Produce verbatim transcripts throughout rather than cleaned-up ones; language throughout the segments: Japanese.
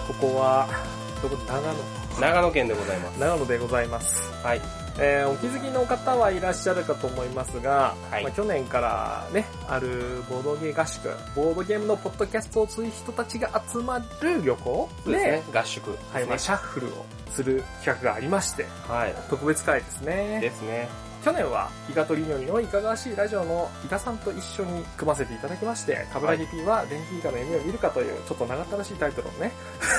ここは、どこ、長野長野県でございます。 長野でございます。はい。えー、お気づきの方はいらっしゃるかと思いますが、はい、まあ、去年からね、あるボードゲー合宿、ボードゲームのポッドキャストをする人たちが集まる旅行で、ね、合宿、ね。 はい、まあシャッフルをする企画がありまして、はい、特別会ですね。 ですね。 去年は、イカとリニョリのいかがわしいラジオのイカさんと一緒に組ませていただきまして、カブラギ P は電気イカの夢を見るかという、ちょっと長ったらしいタイトルをね、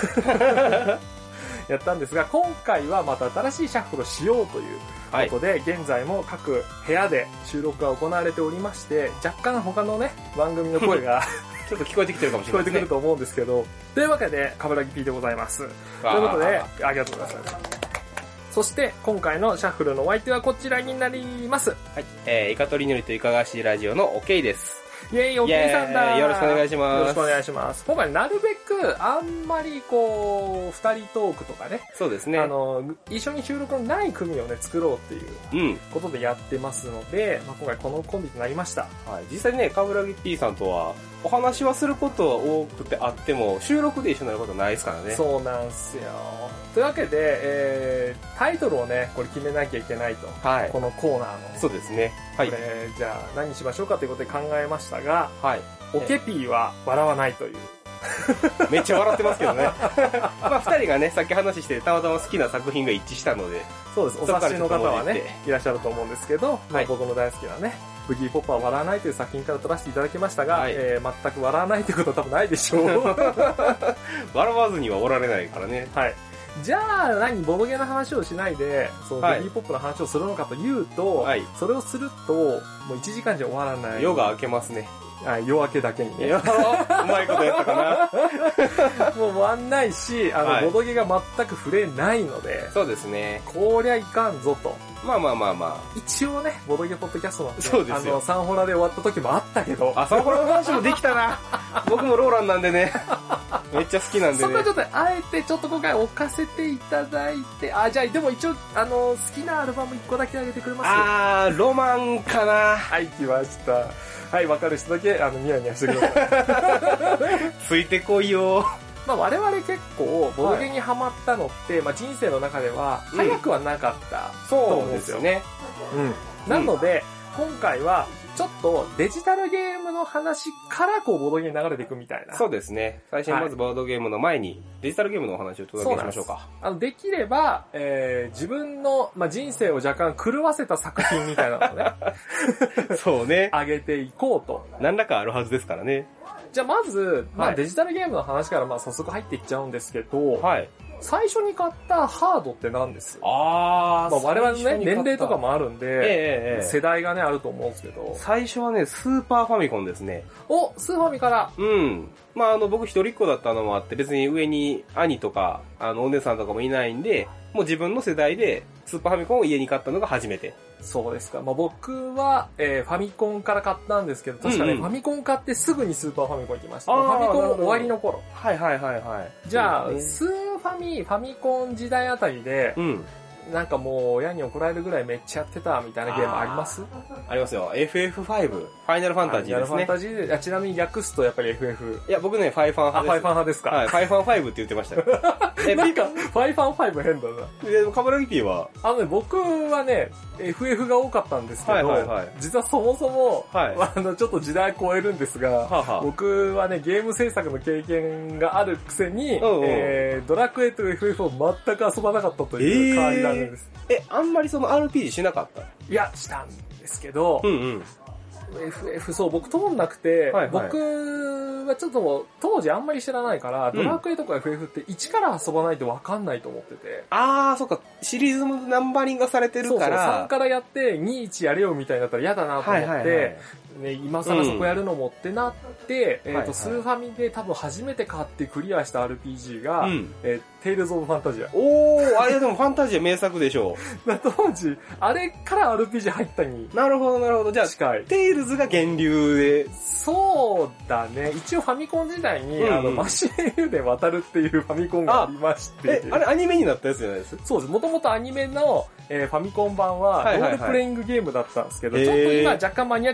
やったんですが、今回はまた新しいシャッフルをしようということで、はい、現在も各部屋で収録が行われておりまして、若干他のね、番組の声がちょっと聞こえてきてるかもしれないですね。 聞こえてくると思うんですけど、というわけで、カブラギ P でございます。ということで、ありがとうございます。そして、今回のシャッフルのお相手はこちらになります。はい。 えー、イカとリニョリといかがわしいラジオの OK です。 イェイ、OK さんだ。 よろしくお願いします。 よろしくお願いします。今回なるべく、あんまりこう、二人トークとかね。 そうですね。 あの、一緒に収録のない組をね、作ろうっていうことでやってますので、うん、まあ、今回このコンビとなりました。 はい。実際ね、カブラギ P さんとは、お話はすることは多くてあっても、収録で一緒になることないですからね。 そうなんすよ。というわけで、えー、タイトルをね、これ決めなきゃいけないと。はい。このコーナーの。 そうですね。はい。 これ、じゃあ何にしましょうかということで考えましたが、はい。オケピーは笑わないという。 めっちゃ笑ってますけどね。まあ二人がね、さっき話してたまたま好きな作品が一致したので。 そうです。お察しの方はね、いらっしゃると思うんですけど、まあ、僕の大好きなね、ブギーポップは笑わないという作品から撮らせていただきましたが、はい、えー、全く笑わないということは多分ないでしょう。 笑わずにはおられないからね。 はい。じゃあ何、ボドゲの話をしないで、そのブギーポップの話をするのかというと、はい、それをすると、もういちじかんじゃ終わらない。 夜が明けますね。 はい、夜明けだけにね。 うまいことやったかな。 もう終わんないし、あの、はい、ボドゲが全く触れないので。 そうですね。 こりゃいかんぞと。 まあまあまあまあ。 一応ね、ボドゲポッドキャストなんで、 そうですよ。 あの、サンホラで終わった時もあったけど。 あ、サンホラの話もできたな。僕もローランなんでね。めっちゃ好きなんでね。 そこはちょっと、あえてちょっと今回置かせていただいて、あ、じゃあでも一応、あの、好きなアルバムいっこだけあげてくれます？ あー、ロマンかな。 はい、来ました。はい、わかる人だけ、あの、ニヤニヤしてください。 ついてこいよ。 まあ我々結構、ボドゲにハマったのって、はい、まあ人生の中では、早くはなかったと思うんですよね。うん。なので、うん、今回は、ちょっとデジタルゲームの話からこうボードゲームに流れていくみたいな。 そうですね。最初にまずボードゲームの前に、はい、デジタルゲームのお話をお届けしましょうか。 あの、できれば、えー、自分の、まあ、人生を若干狂わせた作品みたいなのをね。 そうね。 上げていこうと。 何らかあるはずですからね。 じゃあまず、まあ、デジタルゲームの話からまあ早速入っていっちゃうんですけど、はい。最初に買ったハードって何です？ あー、 まあ我々のね、年齢とかもあるんで、ええええ、 世代がね、あると思うんですけど。 最初はね、スーパーファミコンですね。 お、スーファミから。 うん。まああの、僕一人っ子だったのもあって、別に上に兄とか、あの、お姉さんとかもいないんで、もう自分の世代で、スーパーファミコンを家に買ったのが初めて。 そうですか。まあ僕は、えー、ファミコンから買ったんですけど、確かね、うんうん、ファミコン買ってすぐにスーパーファミコン行きました。ファミコン終わりの頃。 はいはいはいはい。 じゃあ、ね、スーファミ、ファミコン時代あたりで、うん、なんかもう親に怒られるぐらいめっちゃやってたみたいなゲームあります？ ありますよ。エフエフファイブ。ファイナルファンタジーですね。ファイナルファンタジーで、ちなみに略すとやっぱり エフエフ。 いや、僕ね、ファイファン派です。 あ、ファイファン派ですか。 はい、ファイファンファイブって言ってましたよ。 え、なんか、ファイファンファイブ変だな。 で、カブラギピーはあのね、僕はね、エフエフ が多かったんですけど、はいはいはい、実はそもそも、はい、あの、ちょっと時代超えるんですが、はあはあ、僕はね、ゲーム制作の経験があるくせに、うんうん、えー、ドラクエと エフエフ を全く遊ばなかったという変わり種です。 えー、え、あんまりその アールピージー しなかった？ いや、したんですけど、うんうん、エフエフ そう、僕通んなくて、はいはい、僕はちょっと当時あんまり知らないから、うん、ドラクエとか エフエフ って一から遊ばないと分かんないと思ってて。 あー、そっか、シリーズナンバリングがされてるから。 そうそう、さんからやってに、いちやれよみたいになったら嫌だなと思って、はいはいはい、ね、今更そこやるのもってなって、うん、えっ、ー、と、はいはい、スーファミで多分初めて買ってクリアした アールピージー が、うん、えー、テイルズ・オブ・ファンタジア。 おー、あれでもファンタジア名作でしょう。当時、あれから アールピージー 入ったに。 なるほど、なるほど。じゃあ、近い。テイルズが源流で。 そうだね。一応ファミコン時代に、うんうん、あの、マシンユーで渡るっていうファミコンがありまして。 え、あれアニメになったやつじゃないです？ そうです。もともとアニメの、えー、ファミコン版は、ロールプレイングゲームだったんですけど、はいはいはい、ちょっと今若干マニアックな話にず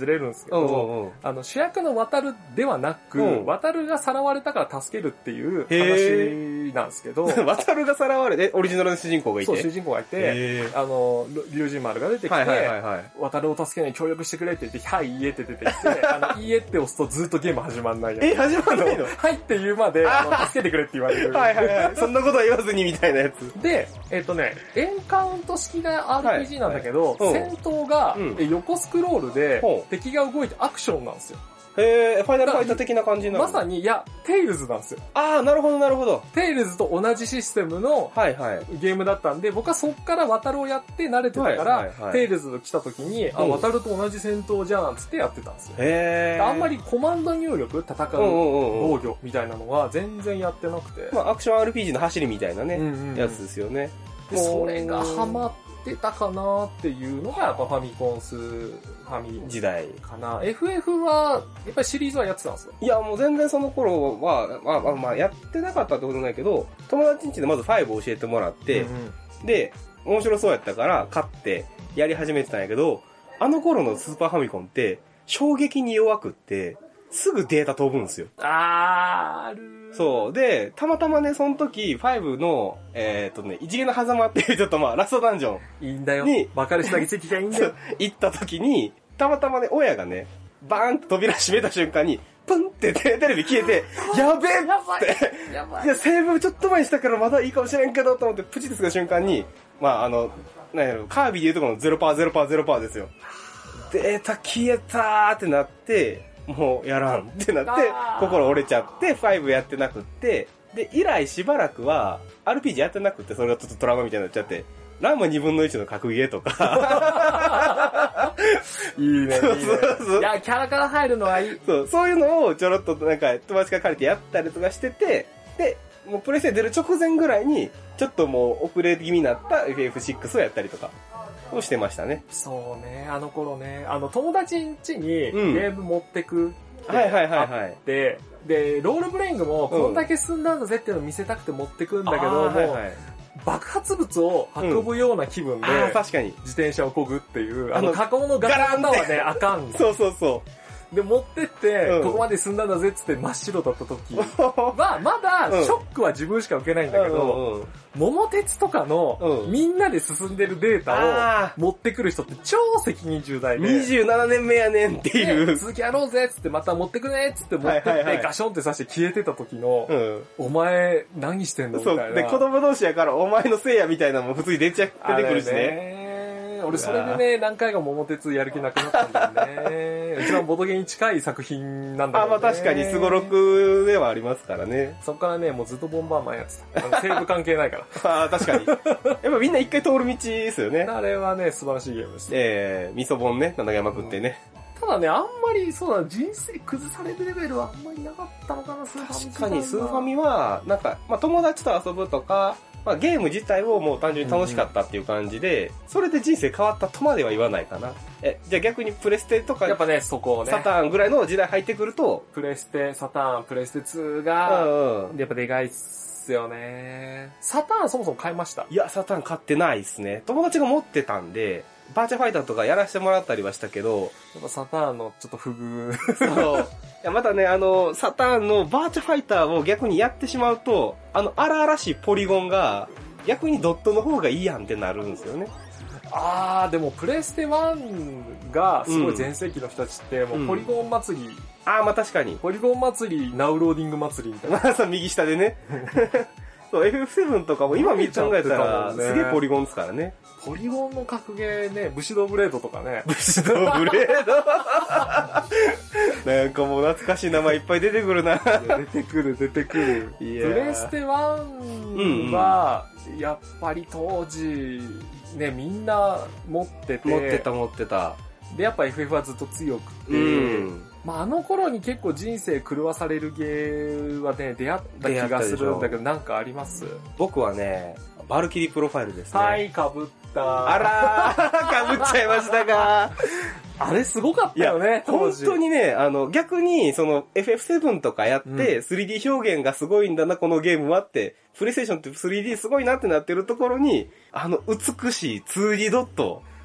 ずれるんですけど、うんうん、あの、主役の渡るではなく、うん、渡るがさらわれたから助けるっていう話なんですけど、 渡るがさらわれて、オリジナルの主人公がいて、 そう、主人公がいて、あの、龍神丸が出てきて、はいはいはいはい、渡るを助けに協力してくれって言って、はい、いいえって出てきて、あの、いいえって押すとずっとゲーム始まんないやつ。 え、始まんないのはいって言うまで、あの、助けてくれって言われる。 はいはいはい。そんなことは言わずにみたいなやつ。 で、えっとね、エンカウント式が アールピージー なんだけど、はいはい、戦闘が、うん、横スクロールで、敵が動いてアクションなんですよ。 へー、ファイナルファイター的な感じなの？ まさに、いや、テイルズなんですよ。 あー、なるほどなるほど。 テイルズと同じシステムのゲームだったんで、僕はそっから渡るをやって慣れてたから、はいはいはい、テイルズと来た時に、あ、渡ると同じ戦闘じゃんつってやってたんですよ。へー。あんまりコマンド入力、戦う、防御みたいなのは全然やってなくて。 まあ、アクション アールピージー の走りみたいなね、うんうん、やつですよね。 でそれがハマってたかなっていうのが、やっぱファミコンス、ファミ時代かな。エフエフ は、やっぱりシリーズはやってたんですよ。 いや、もう全然その頃は、まあまあまあ、やってなかったってことないけど、友達ん家でまずファイブを教えてもらって、うんうん、で、面白そうやったから買ってやり始めてたんやけど、あの頃のスーパーファミコンって、衝撃に弱くって、すぐデータ飛ぶんですよ。 あー、ある。 そう。で、たまたまね、その時、ファイブの、えー、っとね、一元の狭間っていうちょっとまあ、ラストダンジョン。 いいんだよ。に、 バカルシだけついてきゃいいんだよ。行った時に、たまたまね、親がね、バーンと扉閉めた瞬間に、プンってテレビ消えて、やべえって。やばい。いや、セーブちょっと前にしたからまだいいかもしれんけど、と思ってプチってする瞬間に、まあ、あの、なんやろ、カービィでいうとこの ゼロパーセント、ゼロパーセント、ゼロパーセント ですよ。データ消えたーってなって、もうやらんってなって、心折れちゃって、ファイブやってなくって、で、以来しばらくは、アールピージー やってなくって、それがちょっとトラウマみたいになっちゃって、ランマにぶんのいちの格ゲーとか。 いいね、いいね。そうそうそう。いや、キャラから入るのはいい。 そう、そういうのをちょろっとなんか友達から借りてやったりとかしてて、で、もうプレイステ出る直前ぐらいに、ちょっともう遅れ気味になった エフエフシックス をやったりとか。をしてましたね。 そうね、あの頃ね、あの友達ん家にゲーム持ってくってはいはいはいはい。 で、で、ロールプレイングもこんだけ進んだんだぜっていうのを見せたくて持ってくんだけど、もう、はいはい、爆発物を運ぶような気分で、 うん、確かに自転車を漕ぐっていう、あの過去のガランタはね、あかん。 そうそうそう。 で、持ってって、うん、ここまで進んだんだぜっつって真っ白だった時は、まだ、ショックは自分しか受けないんだけど、うんうんうん、桃鉄とかの、うん、みんなで進んでるデータを持ってくる人って超責任重大で。 にじゅうななねんめやねんっていう。 続きやろうぜっつって、また持ってくねっつって持ってって、はいはいはい、ガションって刺して消えてた時の、うん、お前何してんのみたいな。そう。 で、子供同士やからお前のせいやみたいなのも普通に出ちゃ、出てくるしね。 俺それでね、何回か桃鉄やる気なくなったんだよね。一番ボドゲに近い作品なんだけどね。 あ、まあ確かにスゴロクではありますからね。 そっからね、もうずっとボンバーマンやってた。セーブ関係ないから。 あ、確かに。やっぱみんな一回通る道ですよね。 あれはね、素晴らしいゲームです。 えー、味噌本ね、七山食ってね。 うん、ただね、あんまり、そうだ、人生崩されるレベルはあんまりなかったのかな、スーファミ。 確かに、スーファミは、なんか、まあ友達と遊ぶとか、まあ、ゲーム自体をもう単純に楽しかったっていう感じで、うん、それで人生変わったとまでは言わないかな。え、じゃあ逆にプレステとか、 やっぱね、そこをね、 サターンぐらいの時代入ってくると、 プレステ、サターン、プレステツーが、うんうん、やっぱでかいっすよね。サターンそもそも買いました？ いや、サターン買ってないっすね。友達が持ってたんで、バーチャファイターとかやらせてもらったりはしたけど、 やっぱサターンのちょっと不遇。 そう。いや、またね、あの、サターンのバーチャファイターを逆にやってしまうと、あの荒々しいポリゴンが、逆にドットの方がいいやんってなるんですよね。 あー、でもプレステワンがすごい全盛期の人たちって、もうポリゴン祭り。うん、 あー、まあ確かに。 ポリゴン祭り、ナウローディング祭りみたいな。 まあさ、右下でね。そう、エフエフセブン とかも今見考えたら、すげえポリゴンですからね。 ポリゴンの格ゲーね、武士道ブレードとかね。 武士道ブレードなんかもう懐かしい名前いっぱい出てくるな。 出てくる、出てくる。プレステワンは、やっぱり当時、ね、みんな持ってて。 持ってた、持ってた。 で、やっぱ エフエフ はずっと強くて、うん、まあ、あの頃に結構人生狂わされるゲーはね、出会った気がするんだけど、なんかあります？ 僕はね、バルキリープロファイルですね。 はい、被った。 あらー、被っちゃいましたか。 あれすごかったよね、 当時。本当にね、あの、逆に、その、エフエフセブン とかやって、スリーディー 表現がすごいんだな、このゲームはって、プレイステーションって スリーディー すごいなってなってるところに、あの、美しい ツーディー ドット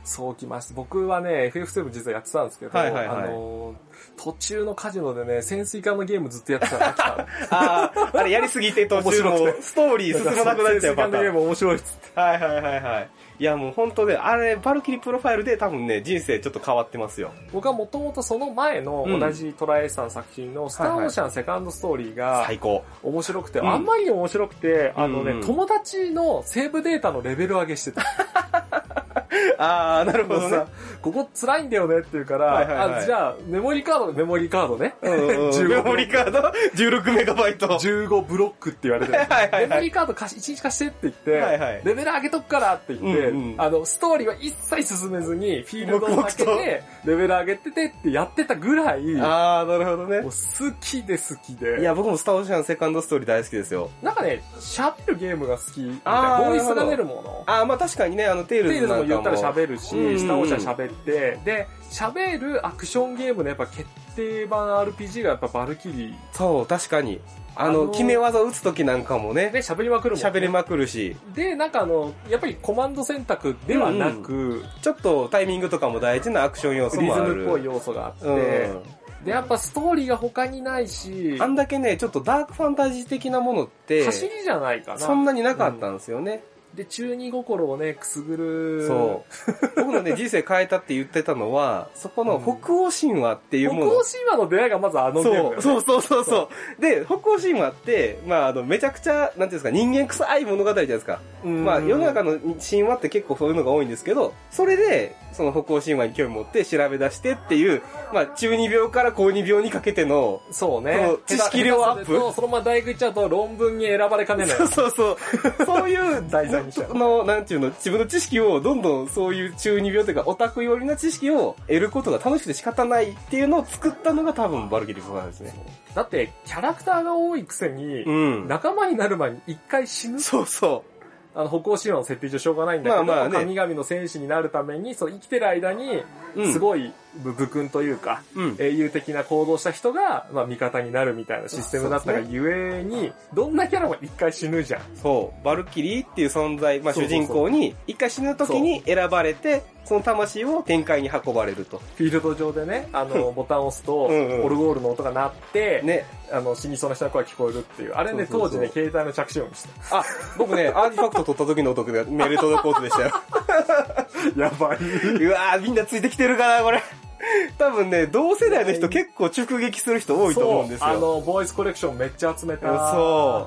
そうきました。僕はね、エフエフセブン 実はやってたんですけど、はいはいはい、あのー、途中のカジノでね、潜水艦のゲームずっとやってたら飽きた。 ああ、あれやりすぎて途中のストーリー進まなくなっちゃうパターン。潜水艦のゲーム面白いっつって。はいはいはいはい。いやもう本当ね、あれ、バルキリープロファイルで多分ね、人生ちょっと変わってますよ。 僕はもともとその前の同じトライエスさん作品のスターオーシャンセカンドストーリーが、 最高。 面白くて、あんまりに面白くて、あのね、友達のセーブデータのレベル上げしてた。 あー、なるほどね。 ここ辛いんだよねって言うから、はいはいはい、あじゃあメモリカード、メモリカードね。 うんうんうん、メモリカードじゅうろくメガバイト。 じゅうごブロックって言われてる。はいはいはい、メモリカード貸し、いちにち貸してって言って、はいはい、レベル上げとくからって言って、うんうん、あの、ストーリーは一切進めずに、フィールドをかけて、レベル上げててってやってたぐらい、 あー、なるほどね。 もう好きで好きで。 いや、僕もスターオーシャンセカンドストーリー大好きですよ。 なんかね、喋るゲームが好きみたいな。ボイスが出るもの。 あー、まあ確かにね、あの、テイルズなんかも。 テイルズも言ったら喋るし、スターオーシャン喋って、で、喋るアクションゲームのやっぱ決定版 アールピージー がやっぱバルキリー。 そう、確かに。あの、あの決め技打つときなんかもね。 で、喋りまくるもんね。 喋りまくるし。 で、なんかあの、やっぱりコマンド選択ではなく、うんうん、 ちょっとタイミングとかも大事なアクション要素もある。 リズムっぽい要素があって、うん、で、やっぱストーリーが他にないし、 あんだけね、ちょっとダークファンタジー的なものって、 走りじゃないかな。 そんなになかったんですよね。 うん、で、中二心をね、くすぐる。 そう。僕のね、人生変えたって言ってたのは、そこの北欧神話っていうもの。 北欧神話の出会いがまずあのゲームだよね。 そうそうそうそう。で、北欧神話って、まあ、あの、めちゃくちゃ、なんていうんですか、人間臭い物語じゃないですか。まあ、世の中の神話って結構そういうのが多いんですけど、それで、その北欧神話に興味持って調べ出してっていう、まあ、中二病から高二病にかけての、 そうね。 その知識量アップ。 そのまま大学行っちゃうと論文に選ばれかねない。 そうそうそう。そういう題材にしちゃう。の、なんていうの、自分の知識をどんどんそういう中二病というかオタク寄りな知識を得ることが楽しくて仕方ないっていうのを作ったのが多分バルキリーなんですね。 だって、キャラクターが多いくせに、うん、仲間になる前に一回死ぬ。 そうそう。 あの、北欧神話の設定上しょうがないんだけど、まあまあね、神々の戦士になるために、そう、生きてる間に、すごい、武君というか、うん、英雄的な行動した人が、まあ、味方になるみたいなシステムだったがゆえに、ね、どんなキャラも一回死ぬじゃん。 そう。バルキリーっていう存在、まあ、主人公に、一回死ぬ時に選ばれて、その魂を天界に運ばれると。 フィールド上でね、あの、ボタンを押すと、うんうん、オルゴールの音が鳴って、ね、あの、死にそうな人の声が聞こえるっていう。あれね、そうそうそう当時ね、携帯の着信音にした。 あ、僕ね、アーティファクト取った時の音がメール届く音でしたよ。 やばい。 うわー、みんなついてきてるかな、これ。多分ね、同世代の人結構直撃する人多いと思うんですよ。 あの、ボイスコレクションめっちゃ集めた。 そう。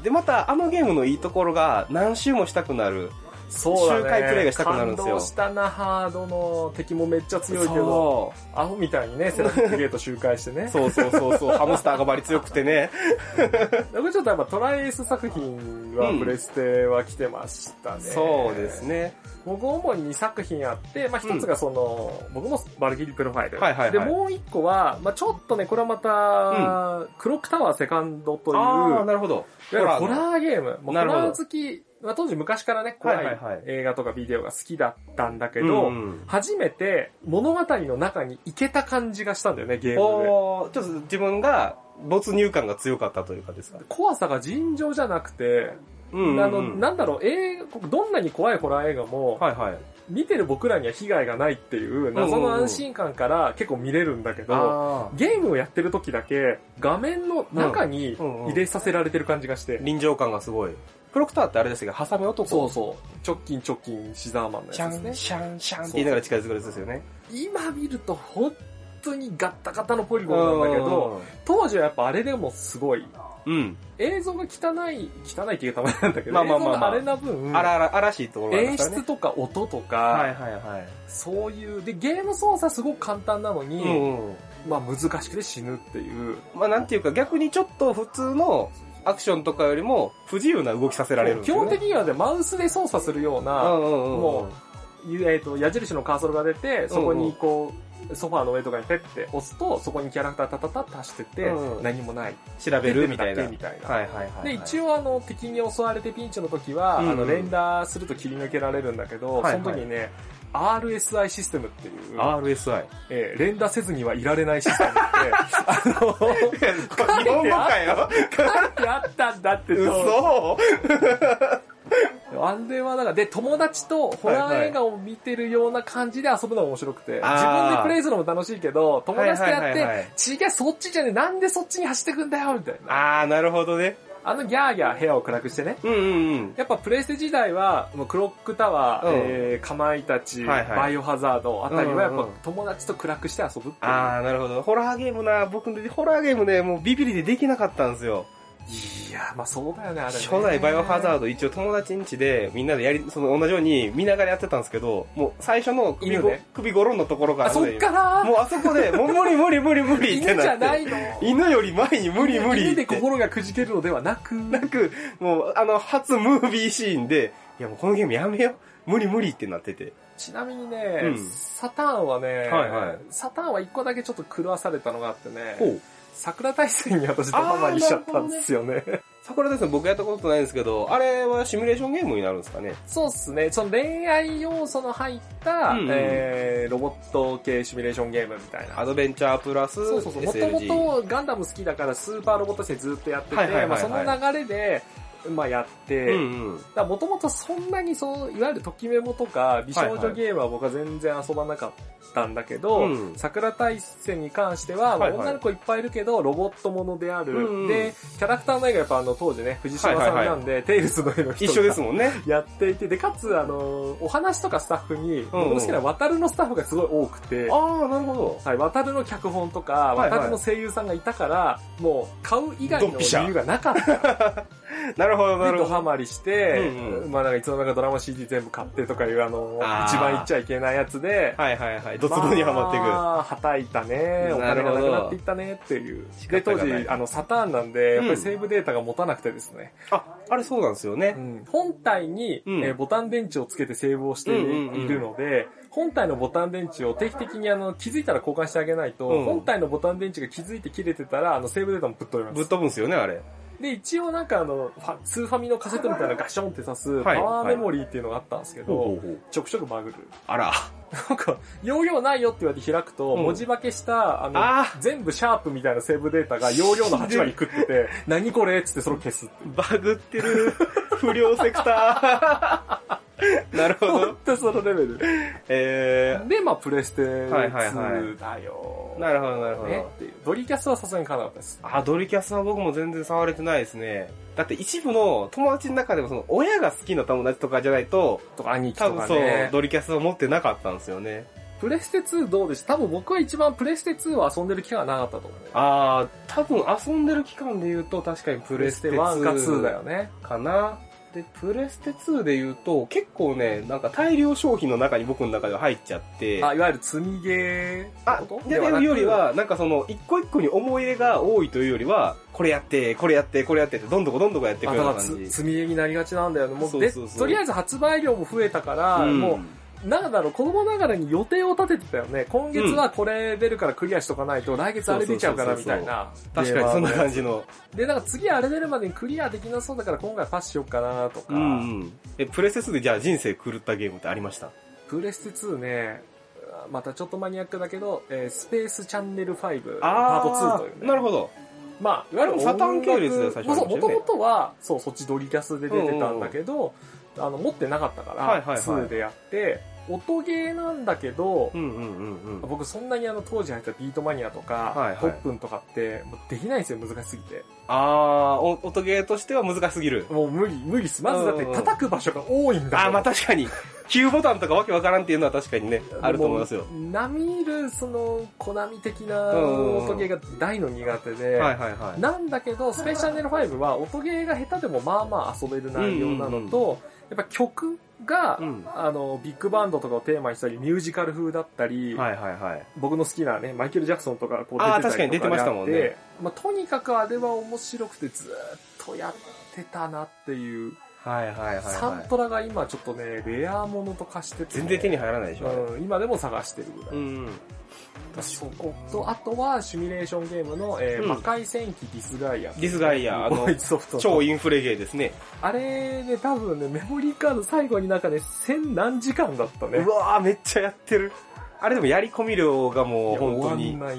で、また、あのゲームのいいところが、何周もしたくなる。 そうだね。 周回プレイがしたくなるんですよ。 感動したな、ハードの敵もめっちゃ強いけど、アホみたいにね、セラミックゲート周回してね。 そうそうそうそう、ハムスターがバリ強くてね。 僕ちょっとやっぱトライエース作品はプレステは来てましたね。うん、 そうですね。 僕主ににさく品あって、まあ、一つがその、うん、僕もバルキリープロファイル。 はいはいはい。 で、もう一個は、まあ、ちょっとね、これはまた、うん、クロックタワーセカンドという、 ああ、なるほど。 ホラーゲーム。もうホラー好き、まあ、当時昔からね、怖い映画とかビデオが好きだったんだけど、はいはいはい、初めて物語の中に行けた感じがしたんだよね、ゲームで。 おちょっと自分が没入感が強かったというかですか。 怖さが尋常じゃなくて、うんうんうん、あの、なんだろう、映画、どんなに怖いホラー映画も、はいはい、見てる僕らには被害がないっていう謎の安心感から結構見れるんだけど、うんうん、ゲームをやってる時だけ画面の中に入れさせられてる感じがして。 うんうんうん、臨場感がすごい。クロックタワーってあれですけど、ハサミ男。 そうそう。チョッキンチョッキンシザーマンのやつですね。 シャンシャンシャンって言いながら近づくやつですよね。 今見ると本当にガッタガタのポリゴンなんだけど、当時はやっぱあれでもすごい。うん。映像が汚い、汚いって言うためなんだけど、まあまあまあ、まあ、映像があれな分、 あらあら、あらしいところがあるんですかね。 演出とか音とか、はいはいはい。そういう、で、ゲーム操作すごく簡単なのに、うんうん、まあ難しくて死ぬっていう。 まあなんていうか逆にちょっと普通の、アクションとかよりも不自由な動きさせられるんですよね。 基本的にはね、マウスで操作するような、うんうんうん、もう、えっと、矢印のカーソルが出て、そこにこう、ソファーの上とかにペッて押すと、そこにキャラクタータタタッと走ってて、うん、何もない。 調べるみたいな。 みたいな。 はいはいはい、はい。 で、一応あの、敵に襲われてピンチの時は、うん、あの、連打すると切り抜けられるんだけど、はいはい、その時にね、アールエスアイ システムっていう。 アールエスアイ? えー、連打せずにはいられないシステムって、あの、 日本語かよ書いてあったんだって。 嘘あれはだから、で、友達とホラー映画を見てるような感じで遊ぶのが面白くて、自分でプレイするのも楽しいけど、友達とやって、違う、そっちじゃねえ、なんでそっちに走ってくんだよみたいな。 ああ、なるほどね。 あのギャーギャー部屋を暗くしてね。 うんうんうん。 やっぱプレイステ時代は、もうクロックタワー、うん、えー、かまいたち、はいはい、バイオハザードあたりはやっぱ友達と暗くして遊ぶっていう。 ああ、なるほど。ホラーゲームな、僕のホラーゲームね、もうビビリでできなかったんですよ。 いや、まあそうだよね、あれね。 初代バイオハザード一応友達ん家でみんなでやり、その同じように見ながらやってたんですけど、もう最初の首ご、ね、首ごろんのところから、 ね、あ、そっからもうあそこで、もう無理無理無理無理ってなって。 犬じゃないの犬より前に無理無理って。 犬で心がくじけるのではなく。 なく、もうあの、初ムービーシーンで、いやもうこのゲームやめよう。無理無理ってなってて。 ちなみにね、うん、サターンはね、はいはい、サターンは一個だけちょっと狂わされたのがあってね、ほう桜大戦に私ドハマりしちゃったんですよね。 桜大戦僕やったことないんですけど、あれはシミュレーションゲームになるんですかね？ そうっすね。その恋愛要素の入った、うんうん、えー、ロボット系シミュレーションゲームみたいな。 アドベンチャープラス エスエルジー。 そうそうそう。もともとガンダム好きだからスーパーロボットしてずっとやってて、はいはいはいはい、まあ、その流れで、まあやって、もともとそんなにそう、いわゆるときメモとか美少女ゲームは僕は全然遊ばなかったんだけど、はいはい、桜大戦に関しては、はいはい、女の子いっぱいいるけど、ロボットものである、うんうん。で、キャラクターの絵がやっぱあの当時ね、藤島さんなんで、はいはいはい、テイルズの絵の人が一緒ですもんね。 やっていて、で、かつあの、お話とかスタッフに、僕の好きな渡るのスタッフがすごい多くて、 ああ、なるほど。 はい、渡るの脚本とか、渡るの声優さんがいたから、もう買う以外の理由がなかった。 なるほど、なるほど。 ドハマりして、うんうん、まあなんかいつの間にかドラマ シーディー 全部買ってとかいうあの、あ一番言っちゃいけないやつで、 はいはいはい、ドツボにはまっていく。 まあ、はたいたね、お金がなくなっていったねっていう。で、当時、あの、サターンなんで、やっぱりセーブデータが持たなくてですね。 うん、あ、あれそうなんですよね。 うん、本体に、うんえー、ボタン電池をつけてセーブをしているので、うんうんうん、本体のボタン電池を定期的にあの、気づいたら交換してあげないと、うん、本体のボタン電池が気づいて切れてたら、あの、セーブデータもぶっ飛びます。 ぶっ飛ぶんですよね、あれ。 で、一応なんかあの、スーファミのカセットみたいなガションって刺すパワーメモリーっていうのがあったんですけど、はいはい、ちょくちょくバグる。 あら。 なんか、容量ないよって言われて開くと、うん、文字化けした、あのあ、全部シャープみたいなセーブデータが容量のはち割食ってて、何これっつってそれを消すって。 バグってる。不良セクター。なるほど。 ほんとそのレベル。 えー、 で、まあ、プレステツーだよ。はいはいはい、 なるほど、なるほど、 ね。っていう。ドリキャスはさすがに買わなかったです。 あ、ドリキャスは僕も全然触れてないですね。だって一部の友達の中でもその親が好きな友達とかじゃないと、 とか兄貴とかね。 多分そう、ドリキャスを持ってなかったんですよね。 プレステツーどうでした？多分僕は一番プレステツーを遊んでる期間がなかったと思う。 あー、多分遊んでる期間で言うと確かにプレステワンかツーだよね。 かな。で、プレステツーで言うと、結構ね、なんか大量商品の中に僕の中では入っちゃって。 あ、いわゆる積みゲーってこと？ あ、でいうよりは、なんかその、一個一個に思い入れが多いというよりは、これやって、これやって、これやってって、どんどこどんどこやっていくような感じ。 あ、だから積みゲーになりがちなんだよね。もうそうそうそう、とりあえず発売量も増えたから、うん、もう、なんだろう、子供ながらに予定を立ててたよね。今月はこれ出るからクリアしとかないと、来月あれ出ちゃうからみたいな。 確かにそんな感じの。 で、なんか次あれ出るまでにクリアできなそうだから今回パスしようかなとか。うんうん。え、プレステツーでじゃあ人生狂ったゲームってありました？ プレステツーね、またちょっとマニアックだけど、えー、スペースチャンネルファイブパートツーというね。 なるほど。 まあ、いわゆるサターン系列で最初に、 ね。もともとは、そう、そっちドリキャスで出てたんだけど、うんうんうん、あの、持ってなかったから、はいはいはい、ツーでやって、音ゲーなんだけど、うんうんうんうん、僕そんなにあの当時入ったビートマニアとか、はいはい、ポップンとかってもうできないんですよ、難しすぎて。 あー、音ゲーとしては難しすぎる。 もう無理、無理っす。まずだって叩く場所が多いんだもん。 あー、まあ確かに。Q ボタンとかわけわからんっていうのは確かにね、あると思いますよ。 並みいる、その、コナミ的な音ゲーが大の苦手で、はいはいはい、なんだけど、スペースチャンネルファイブは音ゲーが下手でもまあまあ遊べる内容なのと、うんうんうん、やっぱ曲が、うん、あの、ビッグバンドとかをテーマにしたり、ミュージカル風だったり、はいはいはい、僕の好きなね、マイケル・ジャクソンとかこう出てたりとかであって、あ、確かに出てましたもんね。まあ、とにかくあれは面白くてずっとやってたなっていう。はいはいはい、はい。サントラが今ちょっとね、レアものと化してて、ね。 全然手に入らないでしょ、 うん、今でも探してるぐらい。うん。そこと、あとはシミュレーションゲームの、えーうん、魔界戦記ディスガイア。 ディスガイア、あの、超インフレゲーですね。 あれね、多分ね、メモリーカード最後になんかね、千何時間だったね。 うわー、めっちゃやってる。あれでもやり込み量がもう本当に。終わんない。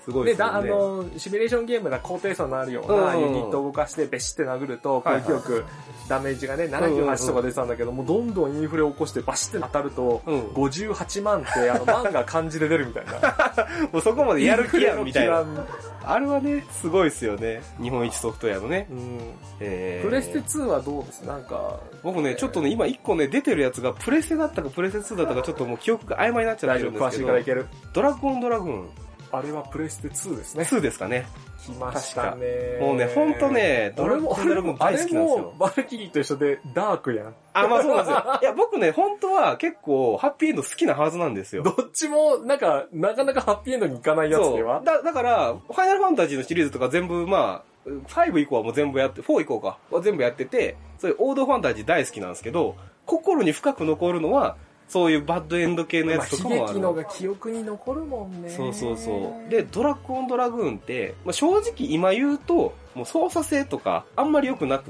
すごいですよね。 で、あの、シミュレーションゲームが高低差のあるようなユニットを動かしてベシって殴ると、攻撃力、ダメージがね、ななじゅうはちとか出てたんだけど、もうどんどんインフレを起こしてバシって当たると、ごじゅうはちまんって、あの、万が漢字で出るみたいな。 もうそこまでやる気やんみたいな。あれはね、すごいですよね。日本一ソフトウェアのね。うん、 えー、プレステツーはどうですなんか。 僕ね、ちょっとね、今いっこね、出てるやつがプレステだったかプレステツーだったかちょっともう記憶が曖昧になっちゃってるんですけど。 大丈夫、詳しいからいける。 ドラゴンドラグーン。 あれはプレステツーですね。 ツーですかね。 来ましたね。 もうね、ほんとね、ドラゴンドラグーン大好きなんですよ。 あれもバルキリーと一緒でダークやん。 あ、まあそうなんですよ。いや、僕ね、本当は結構ハッピーエンド好きなはずなんですよ。 どっちも、なんか、なかなかハッピーエンドにいかないやつではだ、だから、ファイナルファンタジーのシリーズとか全部、まあ、ご以降はもう全部やって、よん以降か、は全部やってて、そういう王道ファンタジー大好きなんですけど、心に深く残るのは、そういうバッドエンド系のやつとかもある。 悲劇のが記憶に残るもんね。 そうそうそう。で、ドラゴンドラグーンって、まあ、正直今言うと、もう操作性とかあんまり良くなくって、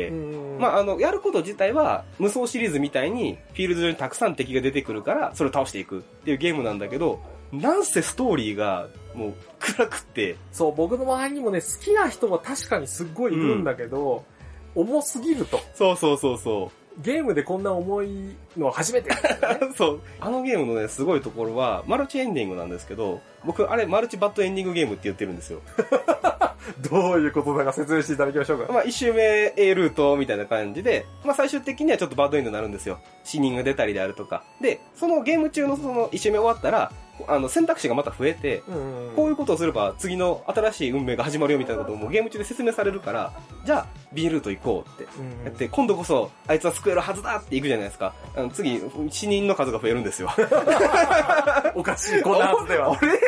まああの、やること自体は無双シリーズみたいにフィールド上にたくさん敵が出てくるから、それを倒していくっていうゲームなんだけど、なんせストーリーがもう暗くって。 そう、僕の周りにもね、好きな人は確かにすっごいいるんだけど、うん、重すぎると。 そうそうそうそう。 ゲームでこんな重いの初めて、ね、 そう。あのゲームのね、すごいところは、マルチエンディングなんですけど、僕、あれ、マルチバッドエンディングゲームって言ってるんですよ。 どういうことだか説明していただきましょうか。 まあ、一周目 A ルートみたいな感じで、まあ、最終的にはちょっとバッドエンドになるんですよ。死人が出たりであるとか。で、そのゲーム中のその一周目終わったら、あの、選択肢がまた増えて、うんうん、こういうことをすれば次の新しい運命が始まるよみたいなことをもうゲーム中で説明されるから、じゃあ B ルート行こうってやって、うんうん、今度こそあいつは救えるはずだって行くじゃないですか。あの次、死人の数が増えるんですよ。 おかしい、こんなはずでは。 あれって。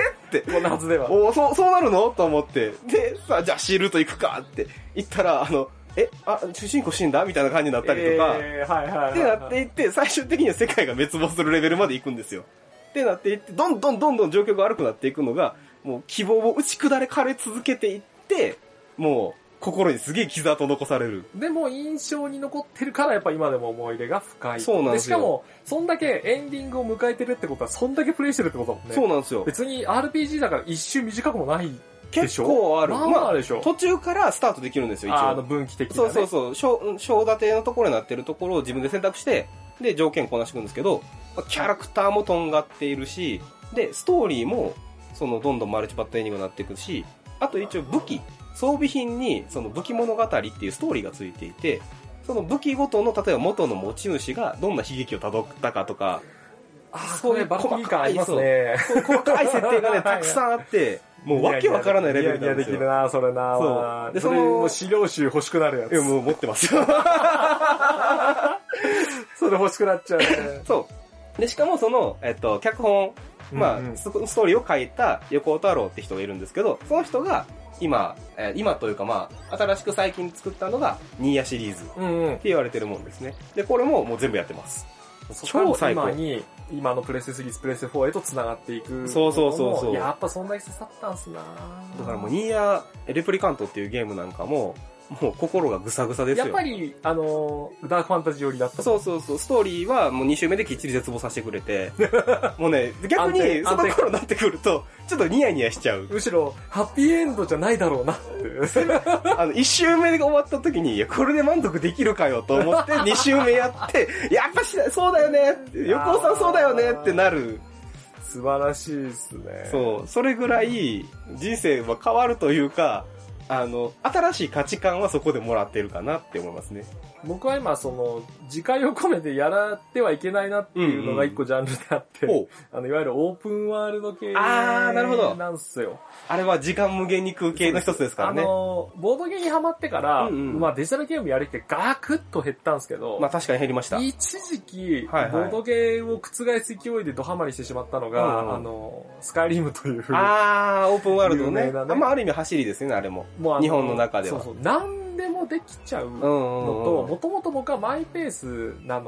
こんなはずでは。 おそう、そうなるのと思って。で、さあ、じゃあ C ルート行くかって言ったら、あの、え、あ、主人公死んだみたいな感じになったりとか、 えー、はいはいはい、はい。 ってなっていって、最終的には世界が滅亡するレベルまで行くんですよ。ってなっていって、どんどんどんどん状況が悪くなっていくのが、もう希望を打ち砕かれ続けていって、もう心にすげえ傷跡残される。 でも印象に残ってるからやっぱ今でも思い出が深い。 そうなんですよ。 でしかも、そんだけエンディングを迎えてるってことは、そんだけプレイしてるってことだもんね。 そうなんですよ。 別に アールピージー だから一瞬短くもない。 結構ある。 まあまああるでしょ。 途中からスタートできるんですよ、一応。 あの分岐的な、ね。 そうそうそう。小立てのところになってるところを自分で選択して、で、条件こなしていくんですけど、キャラクターもとんがっているし、で、ストーリーも、その、どんどんマルチバッドエンディングになっていくし、あと一応武器、装備品に、その武器物語っていうストーリーがついていて、その武器ごとの、例えば元の持ち主がどんな悲劇を辿ったかとか、 あそういう細かい、細かい設定がね、たくさんあって、もうわけわからないレベルなんですよ。 いやいやできるな、それな。そう。で、その、資料集欲しくなるやつ。 いや、もう持ってますよ。 それ欲しくなっちゃうね。 そう。で、しかもその、えっと、脚本、まあ、うんうん、ストーリーを書いた横尾太郎って人がいるんですけど、その人が、今、えー、今というかまあ、新しく最近作ったのが、ニーヤシリーズって言われてるもんですね。で、これももう全部やってます。 超最高。今に、今のプレステスリー、プレステフォーへと繋がっていく。 そうそうそうそう。 やっぱそんなに刺さったんすなだからもうニーヤレプリカントっていうゲームなんかも、もう心がぐさぐさですよ。 やっぱり、あのー、ダークファンタジー寄りだった。 そうそうそう。ストーリーはもうに周目できっちり絶望させてくれて、もうね、逆にその頃になってくると、ちょっとニヤニヤしちゃう。 むしろ、ハッピーエンドじゃないだろうなって。 あの、いち周目が終わった時に、いや、これで満足できるかよと思って、に周目やって、やっぱし、そうだよねって、横尾さんそうだよねってなる。 素晴らしいですね。 そう。それぐらい、人生は変わるというか、あの、新しい価値観はそこでもらってるかなって思いますね。 僕は今、その、自戒を込めてやらってはいけないなっていうのが一個ジャンルであって、うんうん、あの、いわゆるオープンワールド系なんすよ。 あれは時間無限に空系の一つですからね。 あの、ボードゲームにハマってから、うんうん、まあデジタルゲームやるってガクッと減ったんですけど、 まあ確かに減りました。 一時期、はいはい、ボードゲームを覆す勢いでドハマりしてしまったのが、うんうん、あの、スカイリムという。 あー、オープンワールドね。ねまあある意味走りですね、あれも。もう日本の中では。そうそう。 何でもできちゃうのと、もともと僕はマイペースなの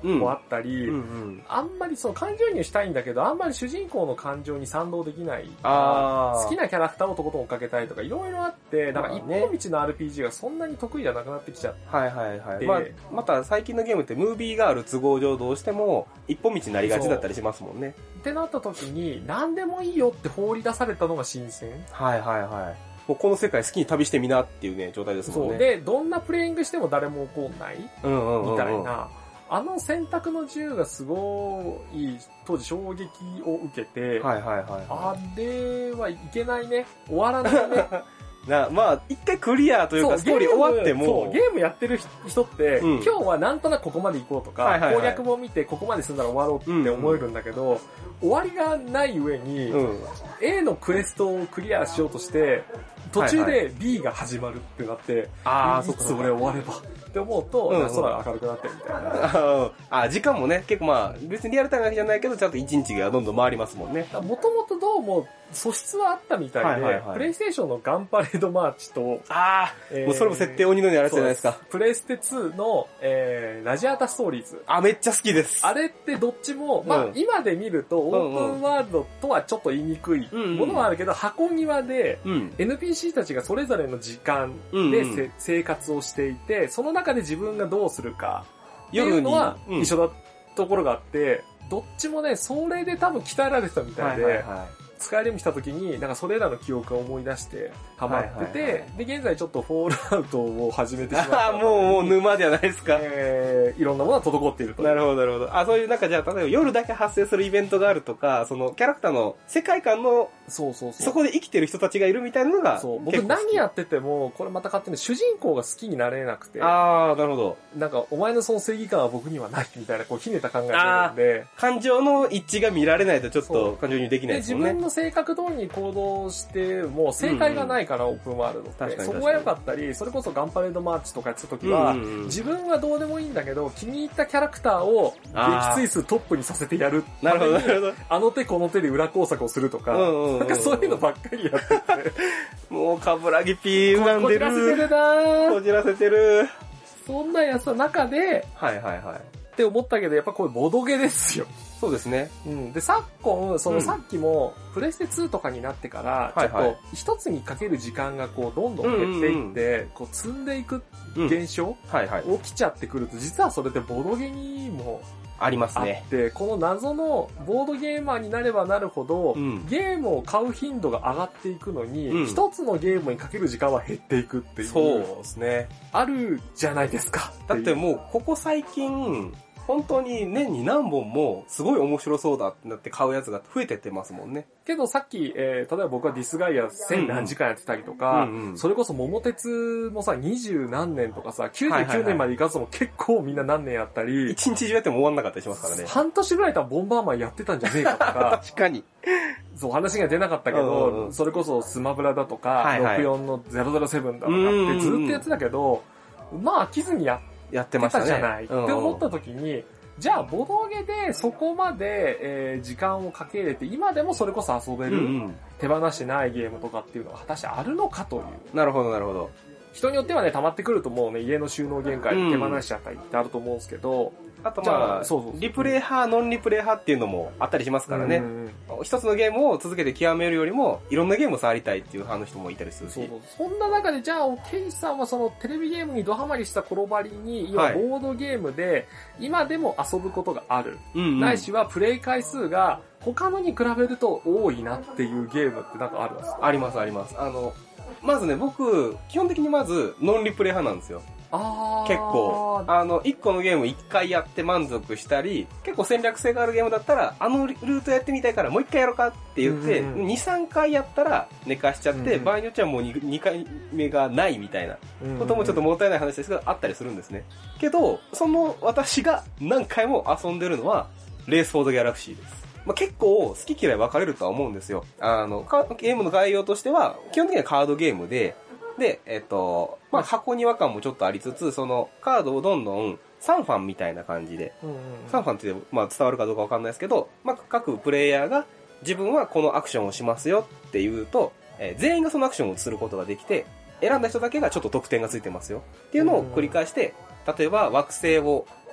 もあったり、うんうんうん、あんまりその感情移入したいんだけど、あんまり主人公の感情に賛同できない。あ好きなキャラクターをとことん追っかけたいとか、いろいろあって、なんか一本道の アールピージー がそんなに得意じゃなくなってきちゃって。 はいはいはい。まあ、また最近のゲームってムービーがある都合上どうしても一本道になりがちだったりしますもんね。 ってなった時に、何でもいいよって放り出されたのが新鮮。 はいはいはい。もうこの世界好きに旅してみなっていうね、状態ですもんね。そう。 で、どんなプレイングしても誰も怒んない、うんうんうんうん、みたいな。あの選択の自由がすごい、当時衝撃を受けて、はいはいはい、はい。あれはいけないね。終わらないね。 な、まあ、一回クリアというかストーリー終わっても。 そう、ゲームやってる人って、うん、今日はなんとなくここまで行こうとか、はいはいはい、攻略も見てここまで済んだら終わろうって思えるんだけど、うんうん、終わりがない上に、うん、A のクエストをクリアしようとして、途中で B が始まるってなって、はいはい、いつ俺終わればって思うと、うんうん、空が明るくなってるみたいな。 あ、時間もね、結構まあ、別にリアルタイムだけじゃないけど、ちゃんと一日がどんどん回りますもんね。 もともとどうも、素質はあったみたいで、はいはいはい、プレイステーションのガンパレードマーチと、 ああ、えー、もうそれも設定鬼のようにあるじゃないですか。 プレイステツーの、えー、ラジアータストーリーズ。 あ、めっちゃ好きです。 あれってどっちも、まあ、うん、今で見るとオープンワールドとはちょっと言いにくいものはあるけど、うんうん、箱庭で、うん、エヌピーシー たちがそれぞれの時間で、うんうん、生活をしていて、その中で自分がどうするかっていうのは一緒だところがあって、うん、どっちもね、それで多分鍛えられてたみたいで、はいはいはい、使いでもした時に、なんかそれらの記憶を思い出してハマってて、はいはいはい、で、現在ちょっとフォールアウトを始めてしまった。 ああ、もう、もう沼じゃないですか。 えー、いろんなものが滞っていると。 なるほど、なるほど。あ、そういうなんかじゃあ、例えば夜だけ発生するイベントがあるとか、そのキャラクターの世界観の、そうそうそう。そこで生きてる人たちがいるみたいなのが、そう。 僕何やってても、これまた勝手に主人公が好きになれなくて。 ああ、なるほど。 なんか、お前のその正義感は僕にはないみたいな、こう、ひねった考えがあるんで。 感情の一致が見られないとちょっと感情にできないですもんね。 で、自分の性格通りに行動しても正解がないから、うんうん、オープンワールドって。そこが良かったり、それこそガンパレードマーチとかやってた時は、うんうんうん、自分はどうでもいいんだけど、気に入ったキャラクターを撃墜数トップにさせてやる。 なるほど、なるほど。 あの手この手で裏工作をするとか、うんうんうん、なんかそういうのばっかりやってて。 もう、カブラギピー歪んでる。こじらせてるなー。 こじらせてる。 そんなやつの中で、 はいはいはい。 って思ったけど、やっぱこれボドゲですよ。 そうですね。 うん。で、昨今、そのさっきも、プレステツーとかになってから、ちょっと、一つにかける時間がこう、どんどん減っていって、こう、積んでいく現象、はいはい、起きちゃってくると、実はそれってボドゲにも、 ありますね。 で、この謎のボードゲーマーになればなるほど、うん、ゲームを買う頻度が上がっていくのに、一、うん、つのゲームにかける時間は減っていくっていう。 そうですね。 あるじゃないですか。 だってもう、ここ最近、本当に年に何本もすごい面白そうだってなって買うやつが増えてってますもんね。 けどさっき、えー、例えば僕はディスガイア千何時間やってたりとか、うんうん、それこそ桃鉄もさ、二十何年とかさ、きゅうじゅうきゅうねんまで行かずとも結構みんな何年やったり。 一日中やっても終わんなかったりしますからね。 半年ぐらい多分ボンバーマンやってたんじゃねえかとか。 確かに。 そう、話が出なかったけど、うんうん、それこそスマブラだとか、はいはい、ろくじゅうよんのゼロゼロセブンだとかってずっとやってたけど、まあ飽きずにやってたじゃない、うんうん、って思った時に、じゃあ、ボドゲでそこまで、えー、時間をかけれて、今でもそれこそ遊べる、うんうん、手放してないゲームとかっていうのが果たしてあるのかという。 なるほど、なるほど。 人によってはね、溜まってくるともうね、家の収納限界で手放しちゃったりってあると思うんですけど、 あとまあ、そうそうそう、リプレイ派、ノンリプレイ派っていうのもあったりしますからね。うんうん、一つのゲームを続けて極めるよりも、いろんなゲームを触りたいっていう派の人もいたりするし。 そうそう、そんな中で、じゃあ、ケイさんはそのテレビゲームにドハマりした転ばりに、要はボードゲームで、今でも遊ぶことがある。うんうん、ないしはプレイ回数が他のに比べると多いなっていうゲームってなんかあるんですか？ あります、あります。あの、まずね、僕、基本的にまず、ノンリプレイ派なんですよ。 あ結構。あの、一個のゲーム一回やって満足したり、結構戦略性があるゲームだったら、あのルートやってみたいからもう一回やろうかって言って、うんうん、に、さんかいやったら寝かしちゃって、うんうん、場合によっちゃもう 2, 2回目がないみたいなこともちょっともったいない話ですけど、あったりするんですね。けど、その私が何回も遊んでるのは、レースフォードギャラクシーです。まあ、結構好き嫌い分かれるとは思うんですよ。あの、ゲームの概要としては、基本的にはカードゲームで、で、えっと、まあ、箱庭感もちょっとありつつ、その、カードをどんどん、サンファンみたいな感じで、うんうんうん、サンファンって、まあ、伝わるかどうかわかんないですけど、まあ、各プレイヤーが、自分はこのアクションをしますよっていうと、えー、全員がそのアクションをすることができて、選んだ人だけがちょっと得点がついてますよっていうのを繰り返して、例えば惑星を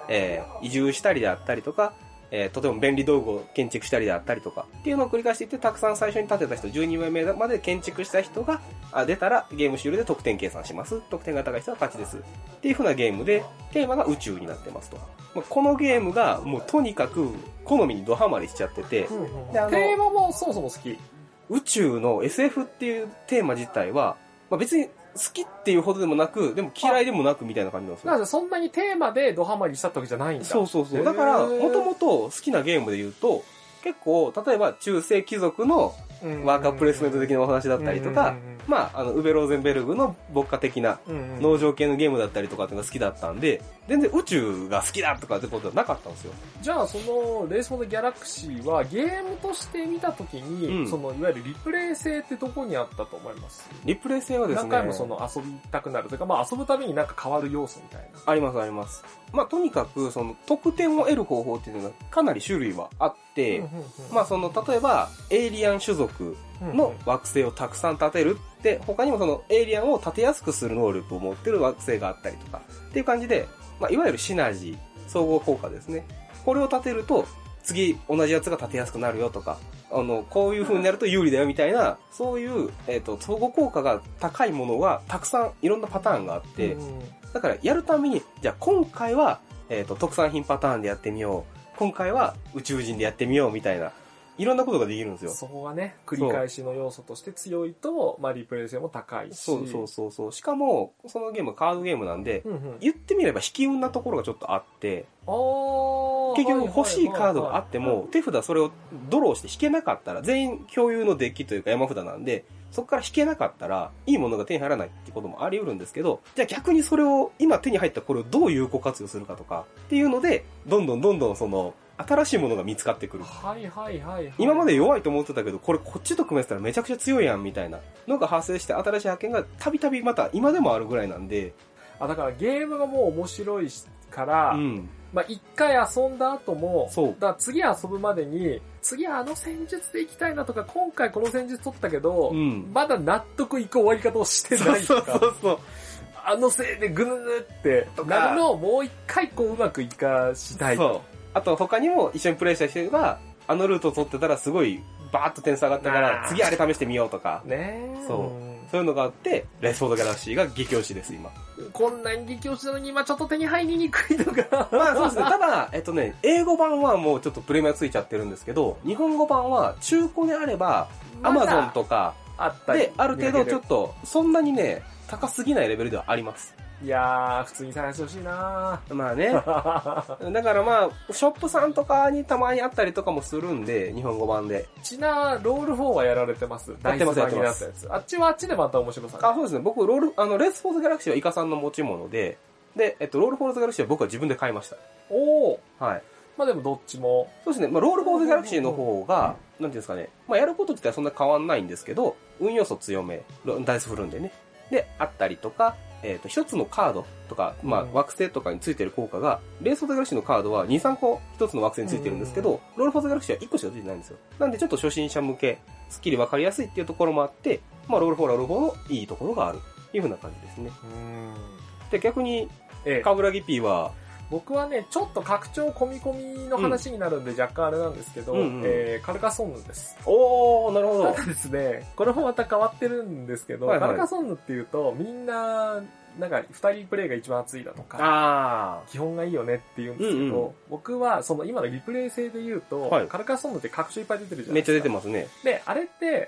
えー、移住したりであったりとか、えー、とても便利道具を建築したりであったりとか、っていうのを繰り返していって、たくさん最初に建てた人、じゅうにまいめまで建築した人が、あ出たらゲーム終了で得点計算します。得点が高い人は勝ちです。っていう風なゲームで、テーマが宇宙になってますと。まあ、このゲームが、もうとにかく、好みにドハマりしちゃってて、 うんうん、であのテーマもそもそも好き。 宇宙の エスエフ っていうテーマ自体は、まあ、別に、好きっていうほどでもなく、でも嫌いでもなくみたいな感じなんですよ。 なんでそんなにテーマでドハマりしたってわけじゃないんだ。 そうそうそう。だから、もともと好きなゲームで言うと、結構、例えば中世貴族のワーカープレイスメント的なお話だったりとか、まあ、あの、ウベローゼンベルグの牧歌的な農場系のゲームだったりとかっていうのが好きだったんで、全然宇宙が好きだとかってことはなかったんですよ。 じゃあ、その、レース・フォー・ザ・ギャラクシーはゲームとして見たときに、うん、その、いわゆるリプレイ性ってどこにあったと思います？ リプレイ性はですね、 何回もその遊びたくなるというか、まあ遊ぶたびになんか変わる要素みたいな。 ありますあります。まあとにかく、その、得点を得る方法っていうのがかなり種類はあって、うんうんうん、まあその、例えば、エイリアン種族の惑星をたくさん建てるって、他にもその、エイリアンを建てやすくする能力を持ってる惑星があったりとか、っていう感じで、まあいわゆるシナジー、総合効果ですね。これを建てると、次同じやつが建てやすくなるよとか、あの、こういう風になると有利だよみたいな、そういう、えっと、相互効果が高いものはたくさんいろんなパターンがあって、だからやるために、じゃあ今回は、えっと、特産品パターンでやってみよう。今回は宇宙人でやってみようみたいな、いろんなことができるんですよ。 そこがね、繰り返しの要素として強いと、まあリプレイ性も高いし。 そうそうそうそう。しかも、そのゲームはカードゲームなんで、うんうん、言ってみれば引き運なところがちょっとあって、結局欲しいカードがあっても、手札それをドローして引けなかったら、全員共有のデッキというか山札なんで、そこから引けなかったら、いいものが手に入らないってこともあり得るんですけど、じゃあ逆にそれを、今手に入ったこれをどう有効活用するかとか、っていうので、どんどんどんどんその、新しいものが見つかってくる。 はいはいはい、はい。 今まで弱いと思ってたけど、これこっちと組めてたらめちゃくちゃ強いやんみたいなのが発生して、新しい発見がたびたびまた今でもあるぐらいなんで。 あ、だからゲームがもう面白いから、うん、まあ一回遊んだ後も、そう。だから次遊ぶまでに、次あの戦術で行きたいなとか、今回この戦術取ったけど、うん、まだ納得いく終わり方をしてないとか。そうそうそう。あのせいでぐぬぬってなるのをもう一回こううまく活かしたいと。そう。 あと他にも一緒にプレイした人が、あのルートを取ってたらすごいバーッと点数上がったから、次あれ試してみようとか。ねえ。そう。そういうのがあって、レース・フォー・ザ・ギャラクシーが激推しです、今。 こんなに激推しなのに今ちょっと手に入りにくいのが。 まあそうですね。ただ、えっとね、英語版はもうちょっとプレミアついちゃってるんですけど、日本語版は中古であれば、アマゾンとか、あったり。で、ある程度ちょっと、そんなにね、高すぎないレベルではあります。 いやー、普通に探してほしいなー。 まあね。だからまあ、ショップさんとかにたまにあったりとかもするんで、日本語版で。 ちな、ロールフォーはやられてます。 やってます、やってます。 あっちはあっちでまた面白さ、ね。 あ、そうですね。僕、ロール、あの、レース・フォー・ザ・ギャラクシーはイカさんの持ち物で、で、えっと、ロール・フォー・ザ・ギャラクシーは僕は自分で買いました。 おー。 はい。 まあでもどっちも。 そうですね。まあ、ロール・フォー・ザ・ギャラクシーの方が、なんていうんですかね。まあ、やること自体はそんな変わんないんですけど、運要素強め、ダイス振るんでね。で、あったりとか、えっと、一つのカードとか、まあ、惑星とかについてる効果が、レース・フォー・ザ・ギャラクシーのカードはに、さんこ一つの惑星についてるんですけど、ロール・フォー・ザ・ギャラクシーはいっこしかついてないんですよ。なんでちょっと初心者向け、スッキリわかりやすいっていうところもあって、まあ、ロール・フォー・ロール・フォーのいいところがある。っていう風な感じですね。で、逆に、カグラギピーは、 僕はね、ちょっと拡張込み込みの話になるんで若干あれなんですけど、うんうんうん、えー、カルカソンヌです。 おー、なるほど。 ただですね、これもまた変わってるんですけど、はいはい、カルカソンヌっていうと、みんな、なんか、二人プレイが一番熱いだとか、あ基本がいいよねって言うんですけど、うんうん、僕は、その今のリプレイ性で言うと、はい、カルカソンヌって拡張いっぱい出てるじゃないですか。 めっちゃ出てますね。 で、あれって、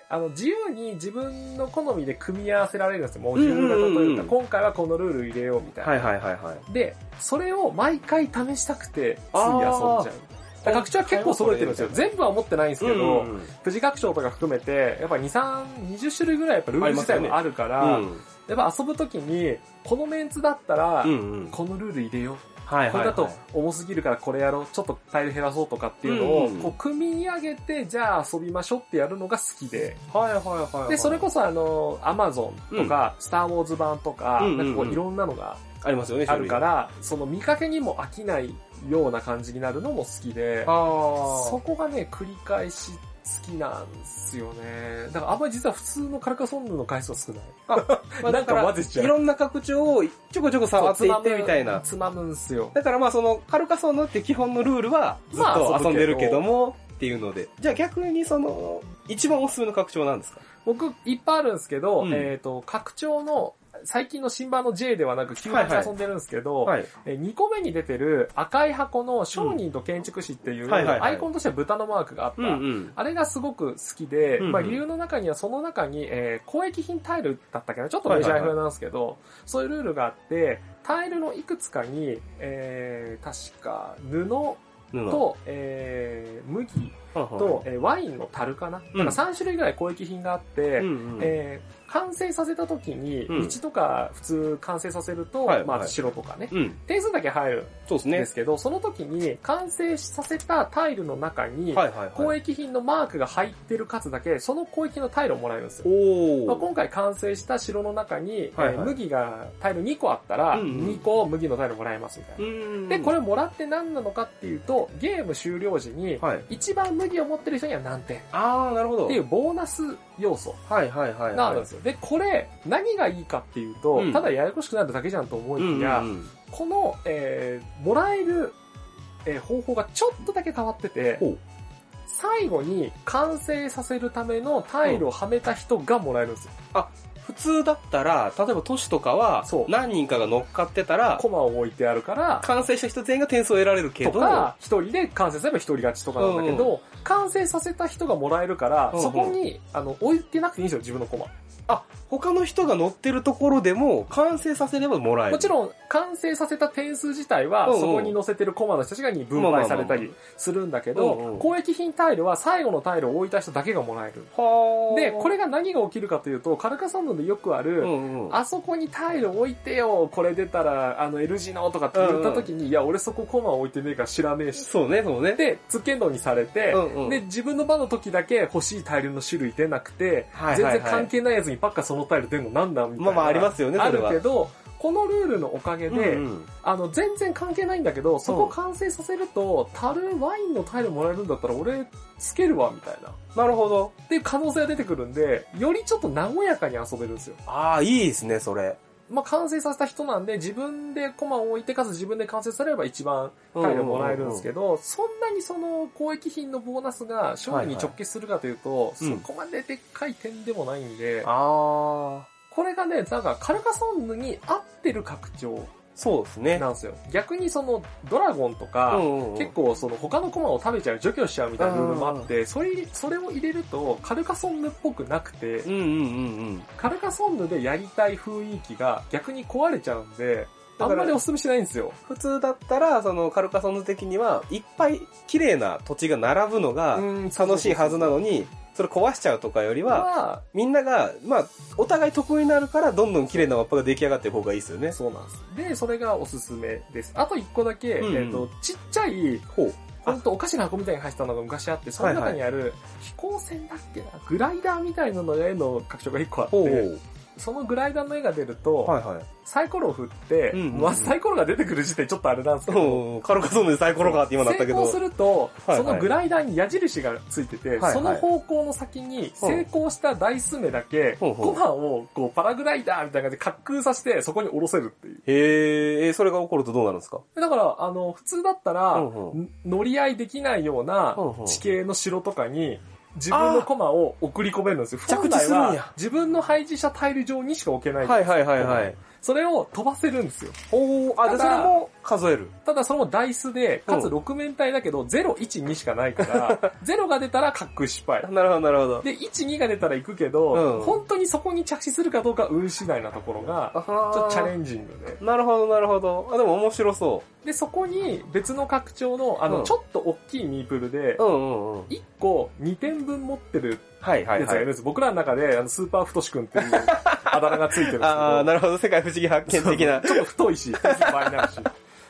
あの、自由に自分の好みで組み合わせられるんですよ。モジュール型というか、うんうんうん、今回はこのルール入れようみたいな。 はいはいはいはい。 で、それを毎回試したくて、つい遊んじゃう。拡張は結構揃えてるんですよ。全部は持ってないんですけど、うんうん、富士拡張とか含めて、やっぱに、さん、にじゅっ種類ぐらいやっぱルール自体もあるから、やっぱ遊ぶときに、このメンツだったら、うんうん、このルール入れよう。はいはいはい、これだと重すぎるからこれやろう。ちょっとタイル減らそうとかっていうのを、こう組み上げて、じゃあ遊びましょうってやるのが好きで。 はいはいはい、はい。 で、それこそあの、アマゾンとか、うん、スターウォーズ版とか、うんうんうん、なんかこういろんなのが、 ありますよね、 あるから、その見かけにも飽きないような感じになるのも好きで、そこがね、繰り返しきなんですよね。だからあんまり実は普通のカルカソンヌの回数は少ない。 あ、まあ、なんか混ぜちゃう。いろんな拡張をちょこちょこ触っていってみたいな。 つまむんすよ。 だからまあそのカルカソンヌって基本のルールはずっと遊んでるけども、まあ、っていうので。じゃあ逆にその、一番おすすめの拡張なんですか？ 僕、いっぱいあるんですけど、うん、えっと、拡張の、最近の新版の J ではなくきゅうばん遊んでるんですけど、はいはい、えにこめに出てる赤い箱の商人と建築士っていうアイコンとしては豚のマークがあった。うんうん、あれがすごく好きで、うんうん、まあ理由の中にはその中に、えー、交易品タイルだったっけな、ちょっとメジャー風なんですけど、はいはいはい、そういうルールがあって、タイルのいくつかに、えー、確か布と、えー、麦と、えー、ワインの樽かな、うん、なんかさん種類ぐらい交易品があって、うんうん、えー、完成させた時に、道とか普通完成させると、うん、まあ白とかね、うん、点数だけ入るんですけど、その時に完成させたタイルの中に、交易品のマークが入ってる数だけ、その交易のタイルをもらえるんですよ。まあ、今回完成した城の中に、はいはい、えー、麦がタイルにこあったら、うんうん、にこ麦のタイルもらえますみたいな。うんうん、で、これもらって何なのかっていうと、ゲーム終了時に、はい、一番麦を持ってる人には何点。 あー、なるほど。 っていうボーナス要素があるんですよ。で、これ、何がいいかっていうと、うん、ただややこしくなるだけじゃんと思いきや、うんうんうん、この、えー、もらえる、えー、方法がちょっとだけ変わってて、最後に完成させるためのタイルをはめた人がもらえるんですよ。 うん、あ、普通だったら、例えば都市とかは、何人かが乗っかってたら、 コマを置いてあるから、 完成した人全員が点数を得られるけど、とか、一人で完成すれば一人勝ちとかなんだけど、うんうん、完成させた人がもらえるから、うんうん、そこに、あの、置いてなくていいんですよ、自分のコマ。 あ、他の人が乗ってるところでも完成させればもらえる。 もちろん完成させた点数自体は、うんうん、そこに乗せてるコマの人たちがに分配されたりするんだけど、うんうん、交易品タイルは最後のタイルを置いた人だけがもらえる。で、これが何が起きるかというと、カルカソンヌでよくある、うんうん、あそこにタイル置いてよ、これ出たら、あの L 字のとかって言った時に、うんうん、いや、俺そこコマ置いてねえから知らねえし。 そうね、そうね。 で、つっけんどんにされて、うんうん、で、自分の場の時だけ欲しいタイルの種類出なくて、はいはいはい、全然関係ないやつにばっかそのタイル出るのなんだみたいな。 まあまあありますよね、それは。 あるけど、このルールのおかげで、うんうん、あの、全然関係ないんだけど、そこ完成させると、樽ワインのタイルもらえるんだったら俺つけるわ、みたいな。 なるほど。 っていう可能性が出てくるんで、よりちょっと和やかに遊べるんですよ。 ああ、いいですね、それ。 まあ、完成させた人なんで、自分でコマを置いて、かつ自分で完成されれば一番タイルもらえるんですけど、うんうんうんうん、そんなにその交易品のボーナスが勝利に直結するかというと、はいはい、そこまででっかい点でもないんで、 うん、ああ。 これがね、なんかカルカソンヌに合ってる拡張。 そうですね。 なんですよ。逆にそのドラゴンとか、うんうんうん、結構その他のコマを食べちゃう、除去しちゃうみたいなルールもあって、うんうん、それ、それを入れるとカルカソンヌっぽくなくて、うんうんうんうん、カルカソンヌでやりたい雰囲気が逆に壊れちゃうんで、あんまりお勧めしないんですよ。 普通だったら、そのカルカソンヌ的には、いっぱい綺麗な土地が並ぶのが楽しいはずなのに、それ壊しちゃうとかよりは、まあ、みんなが、まあ、お互い得になるから、どんどん綺麗なマップが出来上がってる方がいいですよね。 そうなんです。で、それがおすすめです。あと一個だけ、うんうん、えっと、ちっちゃい、ほう。ほんとお菓子の箱みたいに入ってたのが昔あって、その中にある、飛行船だっけな、グライダーみたいなの絵の拡張が一個あって、ほうそのグライダーの絵が出ると、はいはい、サイコロを振って、うんうんうん、まあ、サイコロが出てくる時点ちょっとあれなんですけど、 カルカソンヌでサイコロかって今なったけど。 成功すると、はいはい、そのグライダーに矢印がついてて、はいはい、その方向の先に成功したダイス目だけ、コマをこうパラグライダーみたいな感じで滑空させて、そこに下ろせるっていう。 へー、それが起こるとどうなるんですか？ だから、あの、普通だったら、うんうん、乗り合いできないような地形の城とかに、自分のコマを送り込めるんですよ。 着地するんや。 自分の配置したタイル上にしか置けないんですよ。はいはいはいはい。 それを飛ばせるんですよ。 おー、あ、で、それも数える。 ただそのダイスで、かつろく面体だけど、ゼロ、いち、にしかないから、ゼロが出たら滑空失敗。 なるほどなるほど。 で、いち、にが出たら行くけど、うん、本当にそこに着地するかどうか運次第なところが、ちょっとチャレンジングで。 なるほどなるほど。あ、でも面白そう。 で、そこに別の拡張の、あの、うん、ちょっと大きいミープルで、 うんうんうん、 いっこにてんぶん持ってるはいはいはい。 やつがいるんです。僕らの中で、あの、スーパー太しくんっていうあだ名がついてるんですけど。 ああ、なるほど。世界不思議発見的な。 ちょっと太いし、倍になるし。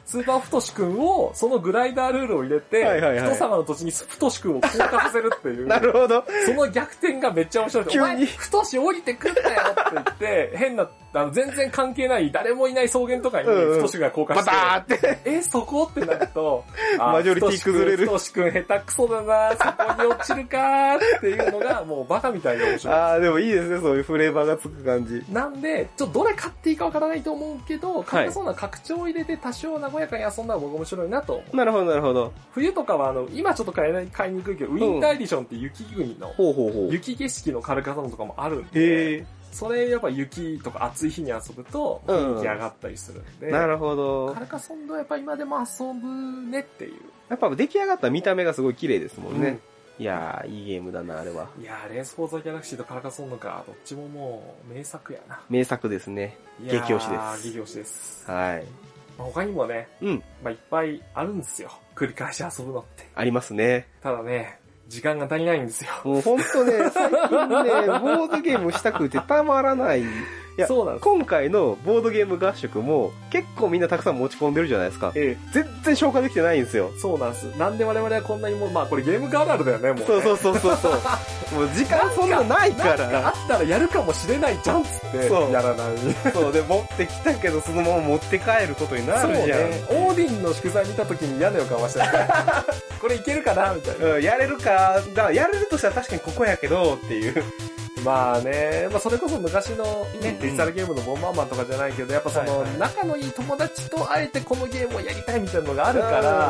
スーパー太しくんを、そのグライダールールを入れて、はいはいはい、太様の土地に太しくんを降下させるっていう。 なるほど。 その逆転がめっちゃ面白い。 急に。お前、 太し降りてくんだよって言って、変な、あの、全然関係ない、誰もいない草原とかに、太しが降下して、バターって。え、そこってなると、 マジョリティ崩れる。 太しくん下手くそだな、そこに落ちるかーっていうのが、もうバカみたいに面白い。 あー、でもいいですね、そういうフレーバーがつく感じ。 なんで、ちょっとどれ買っていいかわからないと思うけど、買えそうな拡張を入れて多少和やかに遊んだら僕面白いなと思う。 なるほど、なるほど。 冬とかはあの、今ちょっと買えない、買いにくいけど、ウィンターエディションって雪国の、ほうほうほう雪景色のカルカソンヌとかもあるんで、へー。それやっぱ雪とか暑い日に遊ぶと雰囲気上がったりするんで、うん、 なるほど。 カルカソンヌはやっぱ今でも遊ぶねっていう。 やっぱ出来上がった見た目がすごい綺麗ですもんね。うん、いやー、いいゲームだな、あれは。 いやー、レースフォーザギャラクシーとカルカソンヌか、どっちももう名作やな。 名作ですね。激推しです。 激推しです。 はい。 まあ、他にもね、うん。まあ、いっぱいあるんですよ。繰り返し遊ぶのって。 ありますね。 ただね、時間が足りないんですよ。 もうほんとね、最近ね、ボードゲームしたくてたまらない。いや、そうなんです。今回のボードゲーム合宿も結構みんなたくさん持ち込んでるじゃないですか。ええ。全然消化できてないんですよ。 そうなんです。なんで我々はこんなにもう、まあこれゲームガーラルだよね、もう、ね。 そうそうそうそうそう。もう時間そんなないから。 なんかあったらやるかもしれないじゃんっつって。そう。やらない。 そう。で、持ってきたけどそのまま持って帰ることになるじゃん。そうね。 オーディンの祝祭見た時に屋根をかましたね。これいけるかなみたいな。 うん、やれるか。だやれるとしたら確かにここやけどっていう。 まあね、まあそれこそ昔のね、デジタルゲームのボンバーマンとかじゃないけど、やっぱその仲のいい友達とあえてこのゲームをやりたいみたいなのがあるから、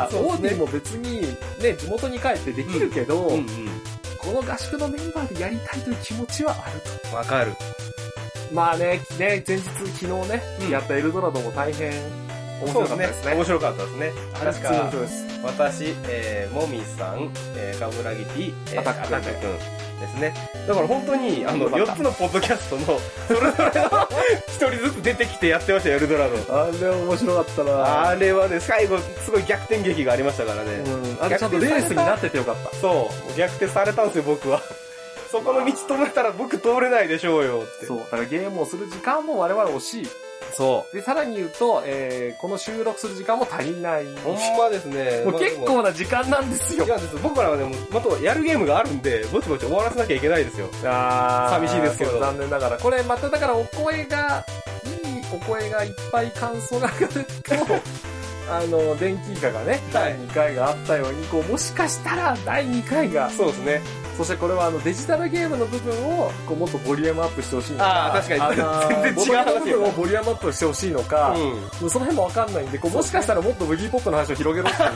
オーディも別にね、地元に帰ってできるけど、この合宿のメンバーでやりたいという気持ちはあると。 わかる。 まあね、ね、前日昨日ね、やったエルドラドも大変面白かったですね。 面白かったですね。 確か、面白いです。 私、えー、もみさん、えー、かむらぎ P、えー、アタックくん。ですね。だから本当に、あの、よっつのポッドキャストの、それぞれの一人ずつ出てきてやってましたよ、エルドラド。 あれ面白かったな。 あれはね、最後、すごい逆転劇がありましたからね。 うん。あれちゃんとレースになっててよかった。 そう。逆転されたんですよ、僕は。そこの道止めたら僕通れないでしょうよって。 そう。だからゲームをする時間も我々惜しい。 そう。 で、さらに言うと、えー、この収録する時間も足りない。 ほんまですね。 もう結構な時間なんですよ。 いやです。僕らはね、もっとやるゲームがあるんで、ぼちぼち終わらせなきゃいけないですよ。 あー。 寂しいですけど。 残念ながら。これまただからお声が、いいお声がいっぱい感想が来ると、あの、電気イカがね、だいにかいがあったように、こう、もしかしたらだいにかいが。 そうですね。 そしてこれはあのデジタルゲームの部分をこうもっとボリュームアップしてほしいのか。 ああ、確かに。全然違う話。 ボ部分をボリュームアップしてほしいのか、うん、その辺もわかんないんで、こうもしかしたらもっとブギーポップの話を広げろっていう。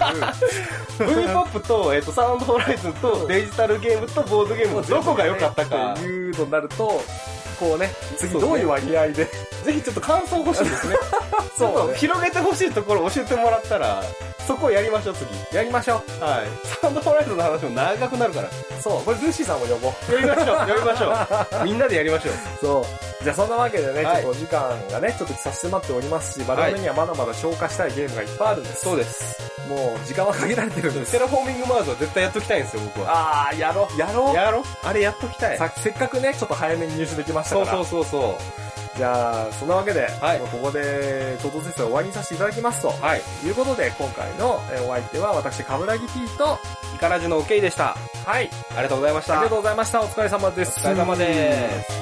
ブギーポップと、えっと、サウンドホライズンとデジタルゲームとボードゲームのどこが良かったか。 っていうのになると、こうね、次どういう割合で。 ぜひちょっと感想欲しいですね。そう、ね。広げて欲しいところを教えてもらったら、そこをやりましょう、次。 やりましょう。 はい。サウンドホライズンの話も長くなるから。 そう。これルーシーさんも呼ぼう。 やりましょう、やりましょう。みんなでやりましょう。 そう。じゃあそんなわけでね、はい、ちょっとお時間がね、ちょっと差し迫っておりますし、我々にはまだまだ消化したいゲームがいっぱいあるんです。 そうです。 もう、時間は限られてるんです。 テラフォーミングマーズは絶対やっときたいんですよ、僕は。 あー、やろう。やろう。 やろう。あれやっときたい。 させっかくね、ちょっと早めに入手できましたから。 そうそうそうそう。 じゃあ、そんなわけで、はい、ここで、トートセスを終わりにさせていただきますと、はい。いうことで、今回のお相手は、私、カムラギ P と、 イカラジの OK でした。 はい。 ありがとうございました。 ありがとうございました。お疲れ様です。 お疲れ様です。